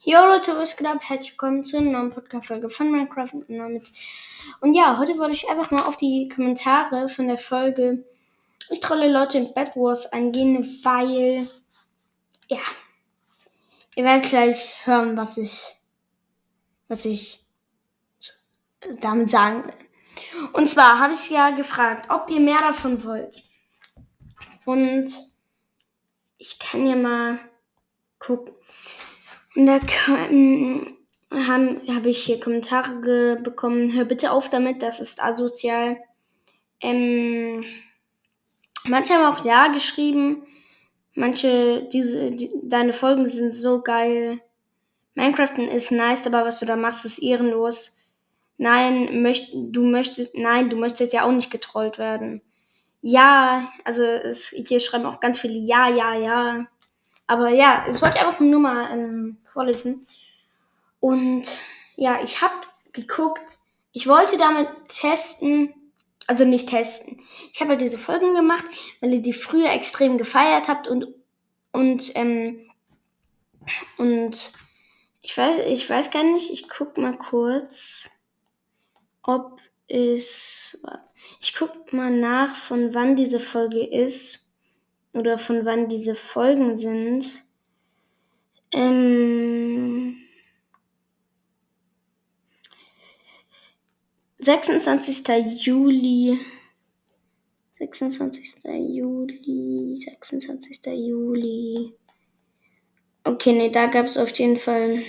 Jo Leute, was geht ab? Herzlich willkommen zu einer neuen Podcast-Folge von Minecraft. Und ja, heute wollte ich einfach mal auf die Kommentare von der Folge Ich trolle Leute in Bed Wars eingehen, weil, ja, ihr werdet gleich hören, was ich damit sagen will. Und zwar habe ich ja gefragt, ob ihr mehr davon wollt. Und ich kann ja mal gucken. Und da habe ich hier Kommentare bekommen. Hör bitte auf damit, das ist asozial. Manche haben auch ja geschrieben. Manche, deine Folgen sind so geil. Minecraften ist nice, aber was du da machst, ist ehrenlos. Nein, du möchtest ja auch nicht getrollt werden. Ja, also hier schreiben auch ganz viele ja. Aber ja, das wollte ich einfach nur mal vorlesen. Und ja, ich habe geguckt, ich wollte damit testen, also nicht testen. Ich habe halt diese Folgen gemacht, weil ihr die früher extrem gefeiert habt und ich weiß gar nicht, ich guck mal kurz, ich guck mal nach, von wann diese Folge ist oder von wann diese Folgen sind. 26. Juli. Okay, nee, da gab es auf jeden Fall.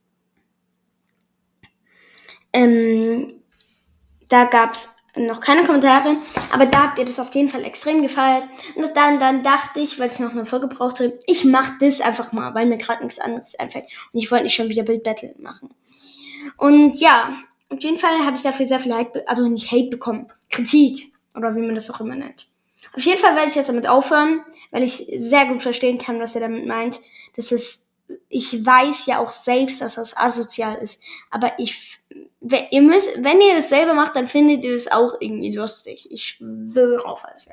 Da gab es noch keine Kommentare, aber da habt ihr das auf jeden Fall extrem gefeiert. Und dann dachte ich, weil ich noch eine Folge brauchte, ich mach das einfach mal, weil mir gerade nichts anderes einfällt. Und ich wollte nicht schon wieder Build Battle machen. Und ja, auf jeden Fall habe ich dafür sehr viel nicht Hate bekommen, Kritik oder wie man das auch immer nennt. Auf jeden Fall werde ich jetzt damit aufhören, weil ich sehr gut verstehen kann, was ihr damit meint. Ich weiß ja auch selbst, dass das asozial ist, aber wenn ihr das selber macht, dann findet ihr das auch irgendwie lustig. Ich schwöre auf alles.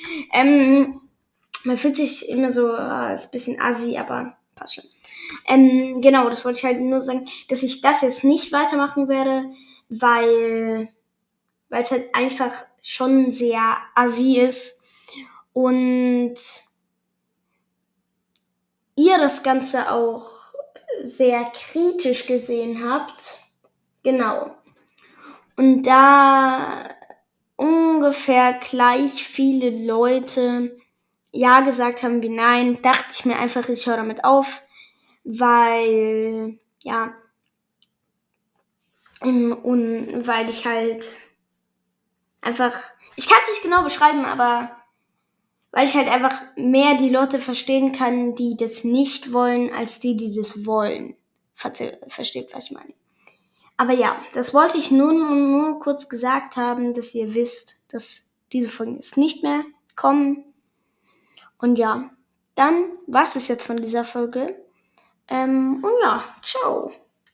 Man fühlt sich immer so, ist ein bisschen assi, aber passt schon. Genau, das wollte ich halt nur sagen, dass ich das jetzt nicht weitermachen werde, weil es halt einfach schon sehr assi ist und ihr das Ganze auch sehr kritisch gesehen habt. Genau. Und da ungefähr gleich viele Leute ja gesagt haben wie nein, dachte ich mir einfach, ich höre damit auf, weil weil ich halt einfach, ich kann es nicht genau beschreiben, aber weil ich halt einfach mehr die Leute verstehen kann, die das nicht wollen, als die das wollen. Versteht, was ich meine. Aber ja, das wollte ich nur kurz gesagt haben, dass ihr wisst, dass diese Folgen jetzt nicht mehr kommen. Und ja, dann war's es jetzt von dieser Folge. Und ja, ciao.